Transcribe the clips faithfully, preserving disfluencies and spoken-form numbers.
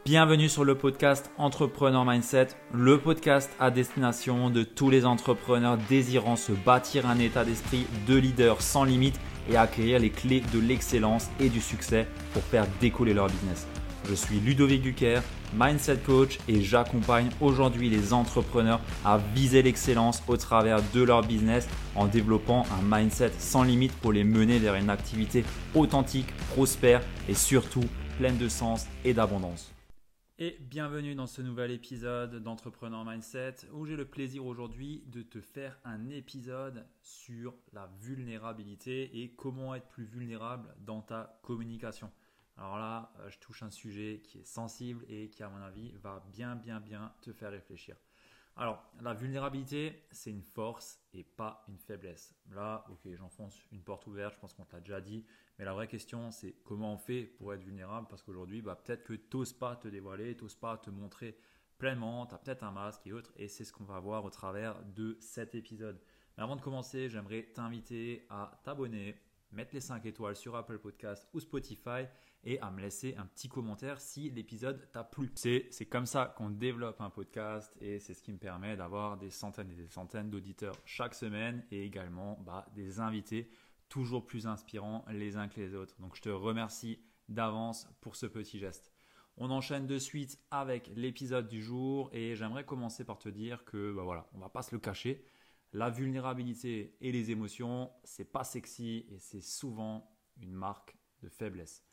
Bienvenue sur le podcast Entrepreneur Mindset, le podcast à destination de tous les entrepreneurs désirant se bâtir un état d'esprit de leader sans limite et acquérir les clés de l'excellence et du succès pour faire décoller leur business. Je suis Ludovic Duquer, Mindset Coach et j'accompagne aujourd'hui les entrepreneurs à viser l'excellence au travers de leur business en développant un mindset sans limite pour les mener vers une activité authentique, prospère et surtout pleine de sens et d'abondance. Et bienvenue dans ce nouvel épisode d'Entrepreneur Mindset où j'ai le plaisir aujourd'hui de te faire un épisode sur la vulnérabilité et comment être plus vulnérable dans ta communication. Alors là, je touche un sujet qui est sensible et qui, à mon avis, va bien, bien, bien te faire réfléchir. Alors, la vulnérabilité, c'est une force et pas une faiblesse. Là, ok, j'enfonce une porte ouverte, je pense qu'on te l'a déjà dit. Mais la vraie question, c'est comment on fait pour être vulnérable? Parce qu'aujourd'hui, bah, peut-être que tu n'oses pas te dévoiler, tu n'oses pas te montrer pleinement, tu as peut-être un masque et autres. Et c'est ce qu'on va voir au travers de cet épisode. Mais avant de commencer, j'aimerais t'inviter à t'abonner, mettre les cinq étoiles sur Apple Podcast ou Spotify et à me laisser un petit commentaire si l'épisode t'a plu. C'est, c'est comme ça qu'on développe un podcast et c'est ce qui me permet d'avoir des centaines et des centaines d'auditeurs chaque semaine et également bah, des invités toujours plus inspirants les uns que les autres. Donc je te remercie d'avance pour ce petit geste. On enchaîne de suite avec l'épisode du jour et j'aimerais commencer par te dire que bah voilà, on ne va pas se le cacher. La vulnérabilité et les émotions, c'est pas sexy et c'est souvent une marque de faiblesse.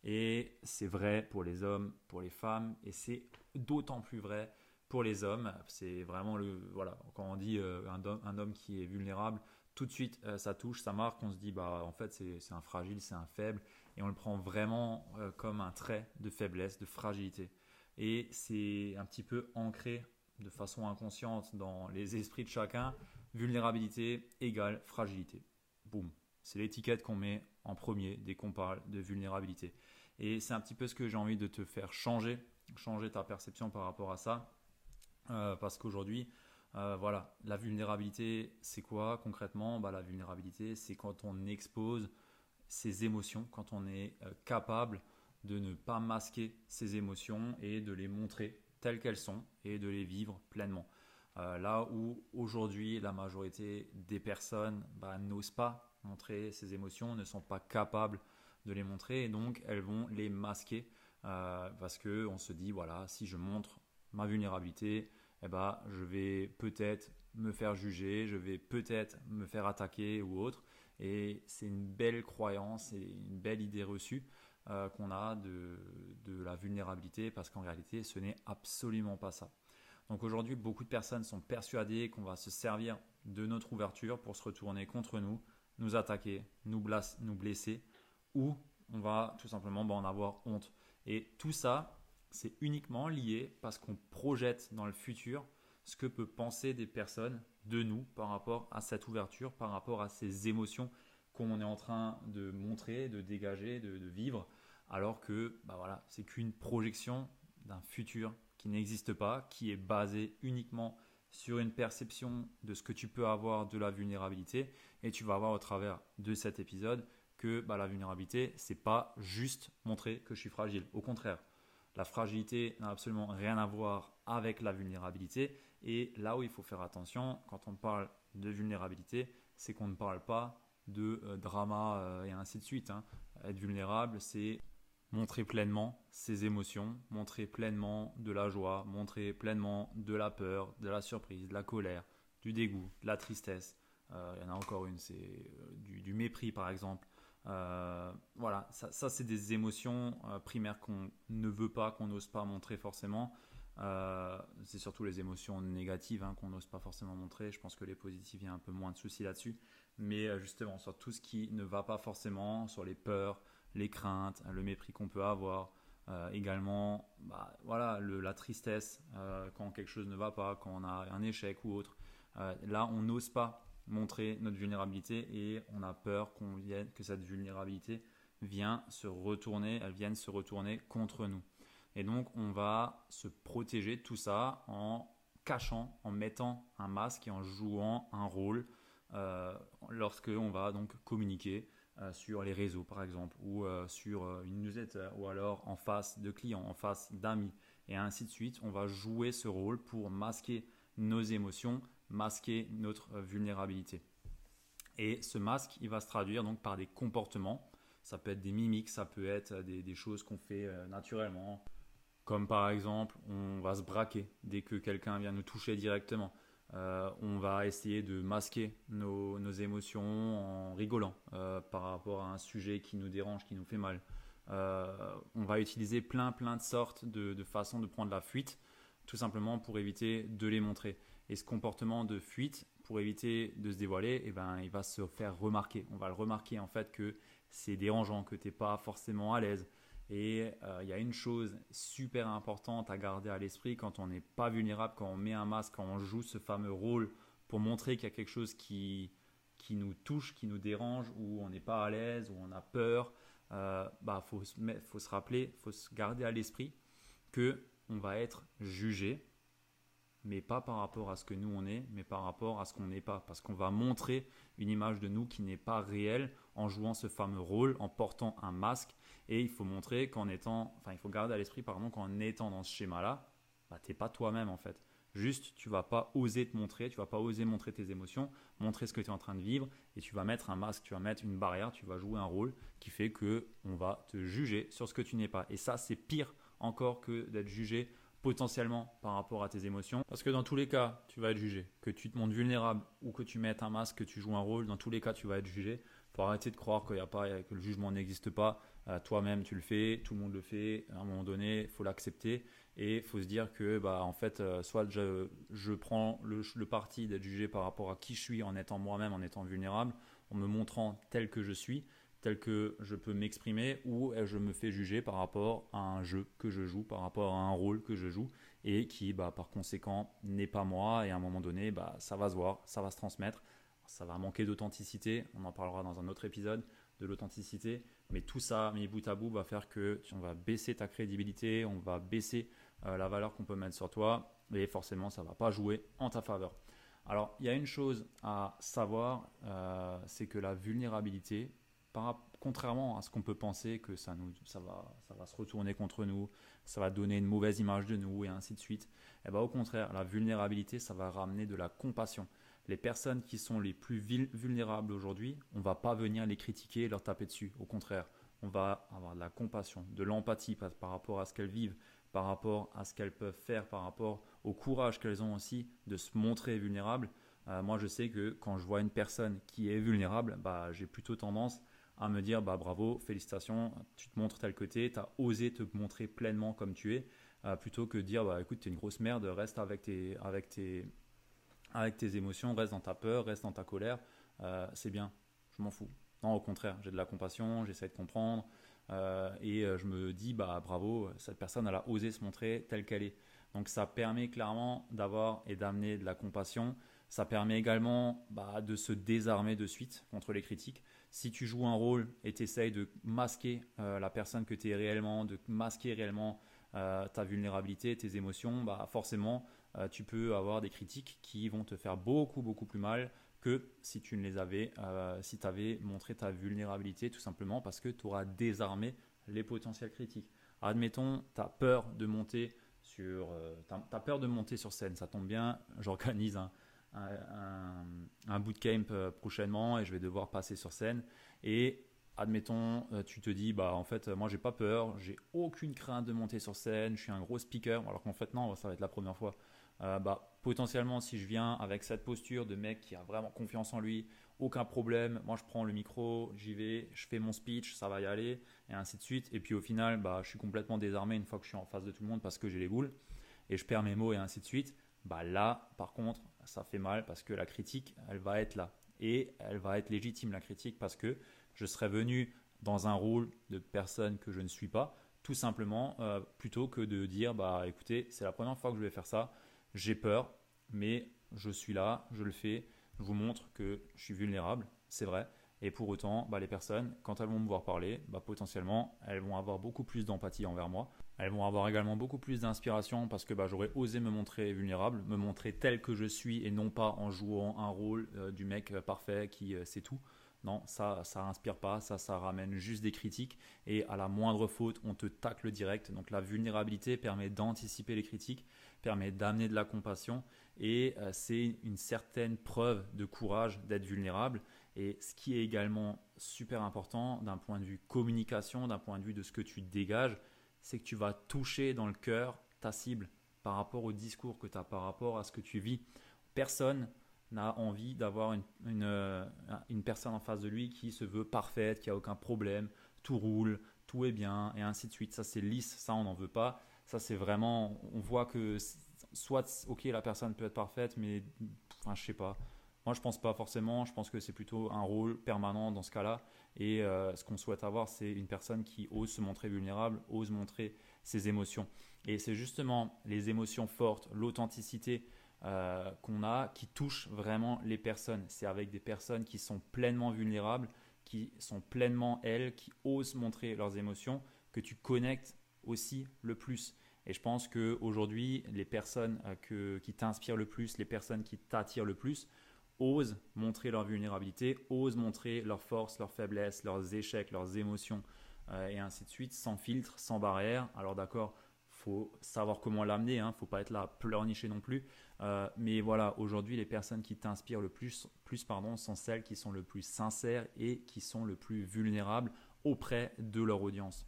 Et c'est vrai pour les hommes, pour les femmes et c'est d'autant plus vrai pour les hommes. C'est vraiment le voilà, quand on dit euh, un, homme, un homme qui est vulnérable, tout de suite euh, ça touche, ça marque, on se dit bah en fait c'est, c'est un fragile, c'est un faible et on le prend vraiment euh, comme un trait de faiblesse, de fragilité. Et c'est un petit peu ancré de façon inconsciente dans les esprits de chacun. Vulnérabilité égale fragilité. Boum. C'est l'étiquette qu'on met en premier dès qu'on parle de vulnérabilité. Et c'est un petit peu ce que j'ai envie de te faire changer, changer ta perception par rapport à ça. Euh, parce qu'aujourd'hui, euh, voilà, la vulnérabilité, c'est quoi concrètement? Bah, la vulnérabilité, c'est quand on expose ses émotions, quand on est euh, capable de ne pas masquer ses émotions et de les montrer telles qu'elles sont et de les vivre pleinement. Euh, là où aujourd'hui la majorité des personnes bah, n'osent pas montrer ces émotions, ne sont pas capables de les montrer et donc elles vont les masquer euh, parce qu'on se dit voilà, si je montre ma vulnérabilité, eh ben, je vais peut-être me faire juger, je vais peut-être me faire attaquer ou autre. Et c'est une belle croyance et une belle idée reçue euh, qu'on a de, de la vulnérabilité parce qu'en réalité ce n'est absolument pas ça. Donc aujourd'hui, beaucoup de personnes sont persuadées qu'on va se servir de notre ouverture pour se retourner contre nous, nous attaquer, nous, blasse, nous blesser ou on va tout simplement bah, en avoir honte. Et tout ça, c'est uniquement lié parce qu'on projette dans le futur ce que peuvent penser des personnes de nous par rapport à cette ouverture, par rapport à ces émotions qu'on est en train de montrer, de dégager, de, de vivre, alors que bah voilà, c'est qu'une projection d'un futur qui n'existe pas, qui est basé uniquement sur une perception de ce que tu peux avoir de la vulnérabilité. Et tu vas voir au travers de cet épisode que bah, la vulnérabilité, ce n'est pas juste montrer que je suis fragile. Au contraire, la fragilité n'a absolument rien à voir avec la vulnérabilité. Et là où il faut faire attention, quand on parle de vulnérabilité, c'est qu'on ne parle pas de euh, drama euh, et ainsi de suite. Hein. Être vulnérable, c'est montrer pleinement ses émotions, montrer pleinement de la joie, montrer pleinement de la peur, de la surprise, de la colère, du dégoût, de la tristesse. Euh, il y en a encore une, c'est euh, du, du mépris par exemple. Euh, voilà, ça, ça c'est des émotions euh, primaires qu'on ne veut pas, qu'on n'ose pas montrer forcément. Euh, c'est surtout les émotions négatives hein, qu'on n'ose pas forcément montrer. Je pense que les positives, il y a un peu moins de soucis là-dessus. Mais euh, justement, sur tout ce qui ne va pas forcément, sur les peurs, les craintes, le mépris qu'on peut avoir, euh, également bah, voilà, le, la tristesse euh, quand quelque chose ne va pas, quand on a un échec ou autre. Euh, là, on n'ose pas montrer notre vulnérabilité et on a peur qu'on vienne, que cette vulnérabilité vienne se retourner, elle vienne se retourner contre nous. Et donc, on va se protéger de tout ça en cachant, en mettant un masque et en jouant un rôle euh, lorsque on va donc communiquer euh, sur les réseaux par exemple, ou euh, sur euh, une newsletter, ou alors en face de clients, en face d'amis, et ainsi de suite. On va jouer ce rôle pour masquer nos émotions, masquer notre euh, vulnérabilité. Et ce masque, il va se traduire donc par des comportements. Ça peut être des mimiques, ça peut être des, des choses qu'on fait euh, naturellement. Comme par exemple, on va se braquer dès que quelqu'un vient nous toucher directement. Euh, on va essayer de masquer nos, nos émotions en rigolant euh, par rapport à un sujet qui nous dérange, qui nous fait mal. Euh, on va utiliser plein plein de sortes de, de façons de prendre la fuite, tout simplement pour éviter de les montrer. Et ce comportement de fuite, pour éviter de se dévoiler, eh ben, il va se faire remarquer. On va le remarquer en fait que c'est dérangeant, que tu n'es pas forcément à l'aise. Et euh, il y a une chose super importante à garder à l'esprit quand on n'est pas vulnérable, quand on met un masque, quand on joue ce fameux rôle pour montrer qu'il y a quelque chose qui, qui nous touche, qui nous dérange, où on n'est pas à l'aise, où on a peur. Euh, bah, faut, faut se rappeler, faut se garder à l'esprit que on va être jugé, mais pas par rapport à ce que nous on est, mais par rapport à ce qu'on n'est pas. Parce qu'on va montrer une image de nous qui n'est pas réelle en jouant ce fameux rôle, en portant un masque. Et il faut montrer qu'en étant, enfin il faut garder à l'esprit pardon, qu'en étant dans ce schéma-là, bah, tu n'es pas toi-même en fait. Juste, tu vas pas oser te montrer, tu vas pas oser montrer tes émotions, montrer ce que tu es en train de vivre, et tu vas mettre un masque, tu vas mettre une barrière, tu vas jouer un rôle qui fait que on va te juger sur ce que tu n'es pas. Et ça, c'est pire encore que d'être jugé potentiellement par rapport à tes émotions. Parce que dans tous les cas, tu vas être jugé. Que tu te montres vulnérable ou que tu mettes un masque, que tu joues un rôle, dans tous les cas, tu vas être jugé. Il faut arrêter de croire qu'il y a pas, que le jugement n'existe pas. Euh, toi-même, tu le fais, tout le monde le fait. À un moment donné, il faut l'accepter et il faut se dire que, bah, en fait, euh, soit je, je prends le, le parti d'être jugé par rapport à qui je suis en étant moi-même, en étant vulnérable, en me montrant tel que je suis, tel que je peux m'exprimer, ou je me fais juger par rapport à un jeu que je joue, par rapport à un rôle que je joue et qui bah, par conséquent n'est pas moi, et à un moment donné bah, ça va se voir, ça va se transmettre, ça va manquer d'authenticité, on en parlera dans un autre épisode de l'authenticité, mais tout ça mis bout à bout va faire que on va baisser ta crédibilité, on va baisser euh, la valeur qu'on peut mettre sur toi, et forcément ça ne va pas jouer en ta faveur. Alors il y a une chose à savoir, euh, c'est que la vulnérabilité, Par, contrairement à ce qu'on peut penser que ça, nous, ça, va, ça va se retourner contre nous, ça va donner une mauvaise image de nous et ainsi de suite, et ben au contraire, la vulnérabilité, ça va ramener de la compassion. Les personnes qui sont les plus vulnérables aujourd'hui, on ne va pas venir les critiquer et leur taper dessus. Au contraire, on va avoir de la compassion, de l'empathie par, par rapport à ce qu'elles vivent, par rapport à ce qu'elles peuvent faire, par rapport au courage qu'elles ont aussi de se montrer vulnérables. Euh, moi, je sais que quand je vois une personne qui est vulnérable, bah, j'ai plutôt tendance à me dire bah, bravo, félicitations, tu te montres tel que tu es, tu as osé te montrer pleinement comme tu es, euh, plutôt que de dire bah, écoute, tu es une grosse merde, reste avec tes, avec, tes, avec tes émotions, reste dans ta peur, reste dans ta colère, euh, c'est bien, je m'en fous. Non, au contraire, j'ai de la compassion, j'essaie de comprendre euh, et je me dis bah, bravo, cette personne elle a osé se montrer telle qu'elle est. Donc ça permet clairement d'avoir et d'amener de la compassion. Ça permet également bah, de se désarmer de suite contre les critiques. Si tu joues un rôle et tu essayes de masquer euh, la personne que tu es réellement, de masquer réellement euh, ta vulnérabilité, tes émotions, bah, forcément, euh, tu peux avoir des critiques qui vont te faire beaucoup, beaucoup plus mal que si tu ne les avais, euh, si tu avais montré ta vulnérabilité, tout simplement parce que tu auras désarmé les potentiels critiques. Admettons, tu as peur de monter sur, euh, t'as, t'as peur de monter sur scène, ça tombe bien, j'organise un Un, un, un bootcamp prochainement et je vais devoir passer sur scène et admettons tu te dis bah en fait moi j'ai pas peur, j'ai aucune crainte de monter sur scène, je suis un gros speaker, alors qu'en fait non, ça va être la première fois. Euh, bah potentiellement si je viens avec cette posture de mec qui a vraiment confiance en lui, aucun problème, moi je prends le micro, j'y vais, je fais mon speech, ça va y aller et ainsi de suite, et puis au final bah je suis complètement désarmé une fois que je suis en face de tout le monde parce que j'ai les boules et je perds mes mots et ainsi de suite. Bah là, par contre, ça fait mal parce que la critique, elle va être là. Et elle va être légitime, la critique, parce que je serais venu dans un rôle de personne que je ne suis pas, tout simplement, euh, plutôt que de dire, bah écoutez, c'est la première fois que je vais faire ça, j'ai peur, mais je suis là, je le fais, je vous montre que je suis vulnérable, c'est vrai. Et pour autant, bah, les personnes, quand elles vont me voir parler, bah, potentiellement, elles vont avoir beaucoup plus d'empathie envers moi. Elles vont avoir également beaucoup plus d'inspiration parce que bah, j'aurais osé me montrer vulnérable, me montrer tel que je suis et non pas en jouant un rôle euh, du mec euh, parfait qui euh, sait tout. Non, ça, ça inspire pas, ça, ça ramène juste des critiques et à la moindre faute, on te tacle direct. Donc la vulnérabilité permet d'anticiper les critiques, permet d'amener de la compassion et euh, c'est une certaine preuve de courage d'être vulnérable. Et ce qui est également super important d'un point de vue communication, d'un point de vue de ce que tu dégages, c'est que tu vas toucher dans le cœur ta cible par rapport au discours que tu as, par rapport à ce que tu vis. Personne n'a envie d'avoir une, une, euh, une personne en face de lui qui se veut parfaite, qui a aucun problème, tout roule, tout est bien et ainsi de suite. Ça c'est lisse, ça on n'en veut pas. Ça c'est vraiment, on voit que soit ok la personne peut être parfaite, mais enfin je sais pas. Moi je pense pas forcément. Je pense que c'est plutôt un rôle permanent dans ce cas-là. Et euh, ce qu'on souhaite avoir, c'est une personne qui ose se montrer vulnérable, ose montrer ses émotions. Et c'est justement les émotions fortes, l'authenticité. Euh, qu'on a qui touche vraiment les personnes. C'est avec des personnes qui sont pleinement vulnérables, qui sont pleinement elles, qui osent montrer leurs émotions, que tu connectes aussi le plus. Et je pense qu'aujourd'hui, les personnes euh, que, qui t'inspirent le plus, les personnes qui t'attirent le plus, osent montrer leur vulnérabilité, osent montrer leurs forces, leurs faiblesses, leurs échecs, leurs émotions, euh, et ainsi de suite, sans filtre, sans barrière. Alors d'accord, faut savoir comment l'amener, il hein, ne faut pas être là pleurnicher non plus. Euh, mais voilà, aujourd'hui, les personnes qui t'inspirent le plus, plus pardon, sont celles qui sont le plus sincères et qui sont le plus vulnérables auprès de leur audience.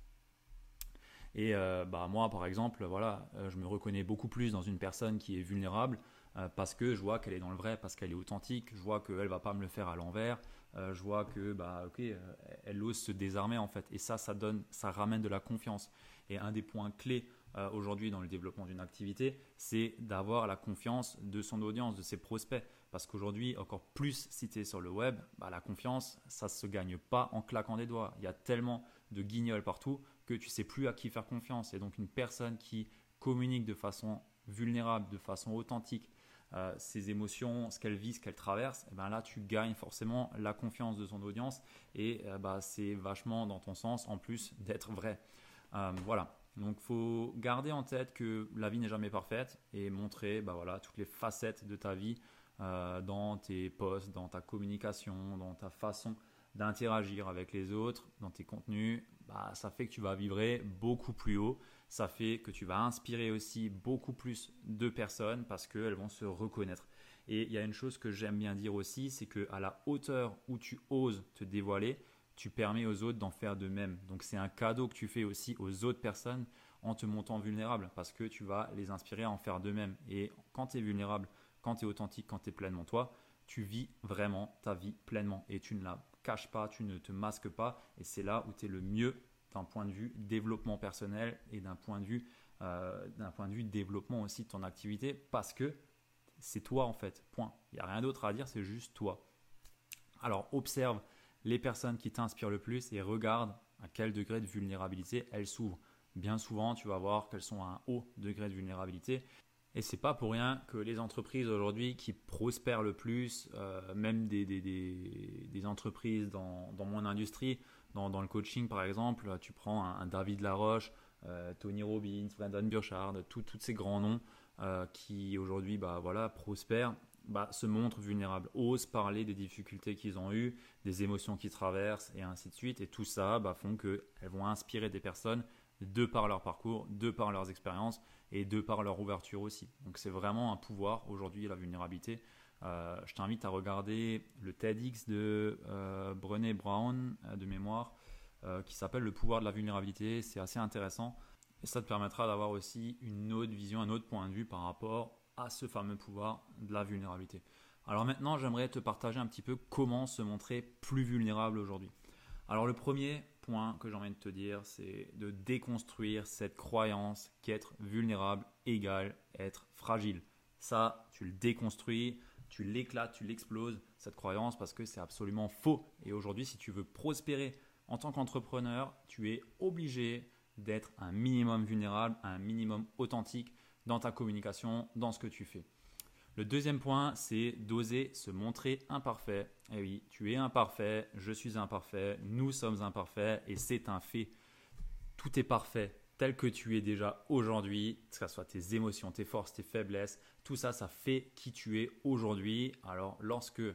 Et euh, bah, moi, par exemple, voilà, euh, je me reconnais beaucoup plus dans une personne qui est vulnérable euh, parce que je vois qu'elle est dans le vrai, parce qu'elle est authentique, je vois qu'elle ne va pas me le faire à l'envers, euh, je vois que bah, ok, euh, elle ose se désarmer en fait. Et ça, ça donne, ça ramène de la confiance. Et un des points clés euh, aujourd'hui dans le développement d'une activité, c'est d'avoir la confiance de son audience, de ses prospects. Parce qu'aujourd'hui, encore plus si tu es sur le web, bah, la confiance, ça ne se gagne pas en claquant des doigts. Il y a tellement de guignols partout que tu ne sais plus à qui faire confiance. Et donc une personne qui communique de façon vulnérable, de façon authentique, euh, ses émotions, ce qu'elle vit, ce qu'elle traverse, et ben là tu gagnes forcément la confiance de son audience et euh, bah, c'est vachement dans ton sens en plus d'être vrai. Euh, voilà. Donc il faut garder en tête que la vie n'est jamais parfaite et montrer bah, voilà, toutes les facettes de ta vie euh, dans tes posts, dans ta communication, dans ta façon d'interagir avec les autres, dans tes contenus. Bah, ça fait que tu vas vibrer beaucoup plus haut. Ça fait que tu vas inspirer aussi beaucoup plus de personnes parce qu'elles vont se reconnaître. Et il y a une chose que j'aime bien dire aussi, c'est qu'à la hauteur où tu oses te dévoiler, tu permets aux autres d'en faire de même. Donc c'est un cadeau que tu fais aussi aux autres personnes en te montant vulnérable parce que tu vas les inspirer à en faire de même. Et quand tu es vulnérable, quand tu es authentique, quand tu es pleinement toi, tu vis vraiment ta vie pleinement et tu ne la caches pas, tu ne te masques pas et c'est là où tu es le mieux d'un point de vue développement personnel et d'un point de vue, euh, d'un point de vue développement aussi de ton activité parce que c'est toi en fait, point. Il n'y a rien d'autre à dire, c'est juste toi. Alors observe les personnes qui t'inspirent le plus et regarde à quel degré de vulnérabilité elles s'ouvrent. Bien souvent, tu vas voir qu'elles sont à un haut degré de vulnérabilité. Et c'est pas pour rien que les entreprises aujourd'hui qui prospèrent le plus, euh, même des, des, des, des entreprises dans, dans mon industrie, dans, dans le coaching par exemple, tu prends un, un David Laroche, euh, Tony Robbins, Brendon Burchard, tous ces grands noms euh, qui aujourd'hui bah, voilà, prospèrent, bah, se montrent vulnérables, osent parler des difficultés qu'ils ont eues, des émotions qu'ils traversent et ainsi de suite. Et tout ça bah, font qu'elles vont inspirer des personnes de par leur parcours, de par leurs expériences et de par leur ouverture aussi. Donc c'est vraiment un pouvoir aujourd'hui, la vulnérabilité. Euh, je t'invite à regarder le TEDx de euh, Brené Brown euh, de mémoire euh, qui s'appelle Le pouvoir de la vulnérabilité. C'est assez intéressant et ça te permettra d'avoir aussi une autre vision, un autre point de vue par rapport à ce fameux pouvoir de la vulnérabilité. Alors maintenant, j'aimerais te partager un petit peu comment se montrer plus vulnérable aujourd'hui. Alors le premier point que j'ai envie de te dire, c'est de déconstruire cette croyance qu'être vulnérable égale être fragile. Ça, tu le déconstruis, tu l'éclates, tu l'exploses, cette croyance, parce que c'est absolument faux. Et aujourd'hui, si tu veux prospérer en tant qu'entrepreneur, tu es obligé d'être un minimum vulnérable, un minimum authentique dans ta communication, dans ce que tu fais. Le deuxième point, c'est d'oser se montrer imparfait. Et oui, tu es imparfait, je suis imparfait, nous sommes imparfaits et c'est un fait. Tout est parfait tel que tu es déjà aujourd'hui, que ce soit tes émotions, tes forces, tes faiblesses, tout ça, ça fait qui tu es aujourd'hui. Alors lorsque tu te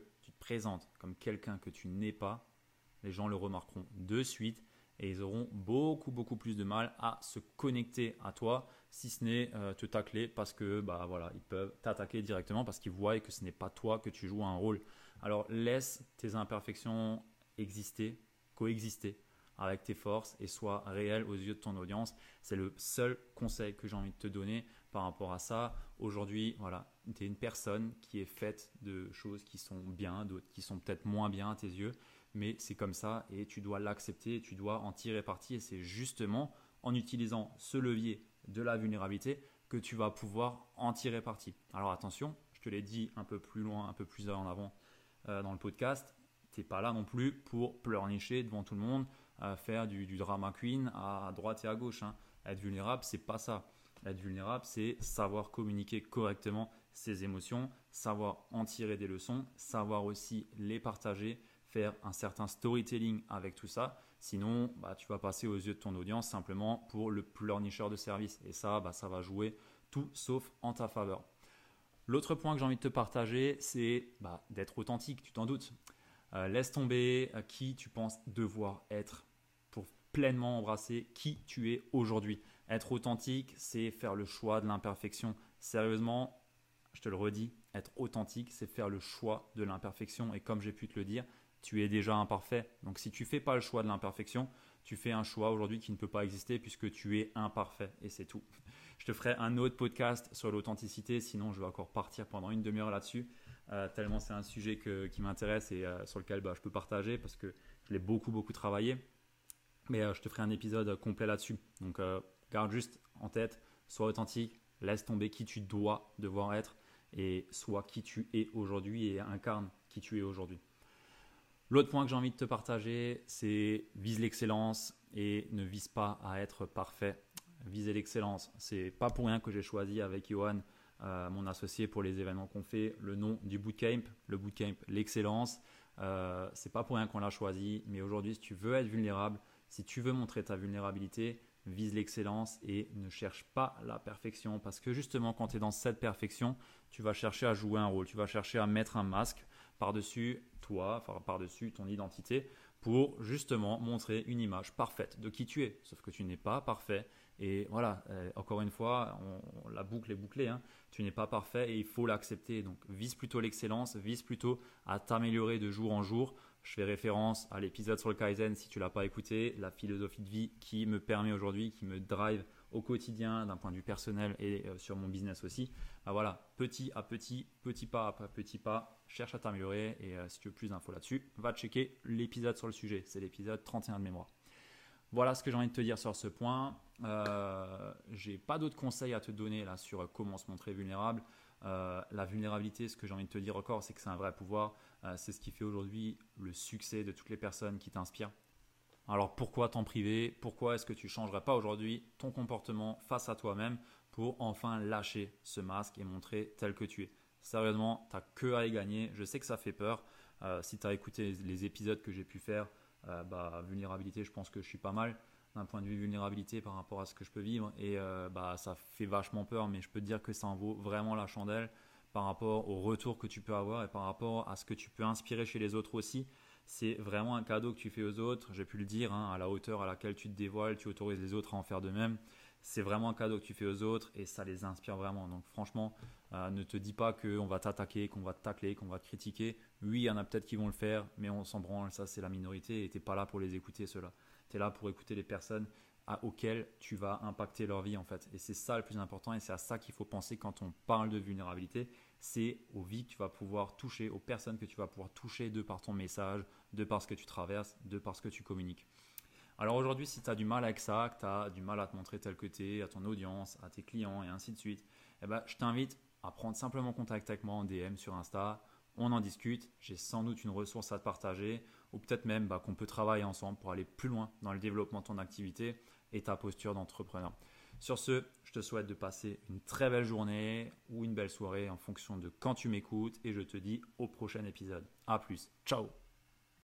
présentes comme quelqu'un que tu n'es pas, les gens le remarqueront de suite et ils auront beaucoup beaucoup plus de mal à se connecter à toi, si ce n'est euh, te tacler parce que bah voilà, ils peuvent t'attaquer directement parce qu'ils voient que ce n'est pas toi que tu joues un rôle. Alors laisse tes imperfections exister, coexister avec tes forces et sois réel aux yeux de ton audience. C'est le seul conseil que j'ai envie de te donner par rapport à ça. Aujourd'hui, voilà, tu es une personne qui est faite de choses qui sont bien, d'autres qui sont peut-être moins bien à tes yeux, mais c'est comme ça et tu dois l'accepter, tu dois en tirer parti et c'est justement en utilisant ce levier de la vulnérabilité que tu vas pouvoir en tirer parti. Alors attention, je te l'ai dit un peu plus loin, un peu plus en avant euh, dans le podcast, tu n'es pas là non plus pour pleurnicher devant tout le monde, euh, faire du, du drama queen à droite et à gauche. Hein. Être vulnérable, c'est pas ça. Être vulnérable, c'est savoir communiquer correctement ses émotions, savoir en tirer des leçons, savoir aussi les partager, faire un certain storytelling avec tout ça. Sinon, bah, tu vas passer aux yeux de ton audience simplement pour le pleurnicheur de service. Et ça, bah, ça va jouer tout sauf en ta faveur. L'autre point que j'ai envie de te partager, c'est bah, d'être authentique, tu t'en doutes. Euh, laisse tomber euh, qui tu penses devoir être pour pleinement embrasser qui tu es aujourd'hui. Être authentique, c'est faire le choix de l'imperfection. Sérieusement, je te le redis, être authentique, c'est faire le choix de l'imperfection. Et comme j'ai pu te le dire, tu es déjà imparfait. Donc si tu ne fais pas le choix de l'imperfection, tu fais un choix aujourd'hui qui ne peut pas exister puisque tu es imparfait et c'est tout. Je te ferai un autre podcast sur l'authenticité, sinon je vais encore partir pendant une demi-heure là-dessus, euh, tellement c'est un sujet que, qui m'intéresse et euh, sur lequel bah, je peux partager parce que je l'ai beaucoup beaucoup travaillé. Mais euh, je te ferai un épisode complet là-dessus. Donc euh, garde juste en tête, sois authentique, laisse tomber qui tu dois devoir être et sois qui tu es aujourd'hui et incarne qui tu es aujourd'hui. L'autre point que j'ai envie de te partager, c'est vise l'excellence et ne vise pas à être parfait. Viser l'excellence. C'est pas pour rien que j'ai choisi avec Johan, euh, mon associé pour les événements qu'on fait, le nom du bootcamp, le bootcamp l'excellence. Euh, c'est pas pour rien qu'on l'a choisi, mais aujourd'hui, si tu veux être vulnérable, si tu veux montrer ta vulnérabilité, vise l'excellence et ne cherche pas la perfection parce que justement, quand tu es dans cette perfection, tu vas chercher à jouer un rôle, tu vas chercher à mettre un masque par-dessus toi, enfin par-dessus ton identité pour justement montrer une image parfaite de qui tu es. Sauf que tu n'es pas parfait et voilà, euh, encore une fois, on, on, la boucle est bouclée, hein. Tu n'es pas parfait et il faut l'accepter. Donc vise plutôt l'excellence, vise plutôt à t'améliorer de jour en jour. Je fais référence à l'épisode sur le Kaizen si tu ne l'as pas écouté, la philosophie de vie qui me permet aujourd'hui, qui me drive au quotidien d'un point de vue personnel et euh, sur mon business aussi. Ben voilà, petit à petit, petit pas à petit pas, cherche à t'améliorer et euh, si tu veux plus d'infos là-dessus, va checker l'épisode sur le sujet. C'est l'épisode trente et un de mémoire. Voilà ce que j'ai envie de te dire sur ce point. Euh, j'ai pas d'autres conseils à te donner là sur comment se montrer vulnérable. Euh, la vulnérabilité, ce que j'ai envie de te dire encore, c'est que c'est un vrai pouvoir. Euh, c'est ce qui fait aujourd'hui le succès de toutes les personnes qui t'inspirent. Alors pourquoi t'en priver? Pourquoi est-ce que tu ne changerais pas aujourd'hui ton comportement face à toi-même pour enfin lâcher ce masque et montrer tel que tu es? Sérieusement, tu n'as que à y gagner. Je sais que ça fait peur. Euh, si tu as écouté les épisodes que j'ai pu faire, euh, bah, vulnérabilité, je pense que je suis pas mal d'un point de vue vulnérabilité par rapport à ce que je peux vivre. Et euh, bah, ça fait vachement peur, mais je peux te dire que ça en vaut vraiment la chandelle par rapport au retour que tu peux avoir et par rapport à ce que tu peux inspirer chez les autres aussi. C'est vraiment un cadeau que tu fais aux autres. J'ai pu le dire, hein, à la hauteur à laquelle tu te dévoiles, tu autorises les autres à en faire de même. C'est vraiment un cadeau que tu fais aux autres et ça les inspire vraiment. Donc franchement, euh, ne te dis pas qu'on va t'attaquer, qu'on va te tacler, qu'on va te critiquer. Oui, il y en a peut-être qui vont le faire, mais on s'en branle. Ça, c'est la minorité et tu n'es pas là pour les écouter, ceux-là. Tu es là pour écouter les personnes à, auxquelles tu vas impacter leur vie en fait. Et c'est ça le plus important et c'est à ça qu'il faut penser quand on parle de vulnérabilité. C'est aux vies que tu vas pouvoir toucher, aux personnes que tu vas pouvoir toucher de par ton message, de par ce que tu traverses, de par ce que tu communiques. Alors aujourd'hui, si tu as du mal avec ça, que tu as du mal à te montrer tel que tu es, à ton audience, à tes clients et ainsi de suite, eh ben, je t'invite à prendre simplement contact avec moi en D M sur Insta. On en discute, j'ai sans doute une ressource à te partager ou peut-être même bah, qu'on peut travailler ensemble pour aller plus loin dans le développement de ton activité et ta posture d'entrepreneur. Sur ce, je te souhaite de passer une très belle journée ou une belle soirée en fonction de quand tu m'écoutes et je te dis au prochain épisode. À plus, ciao!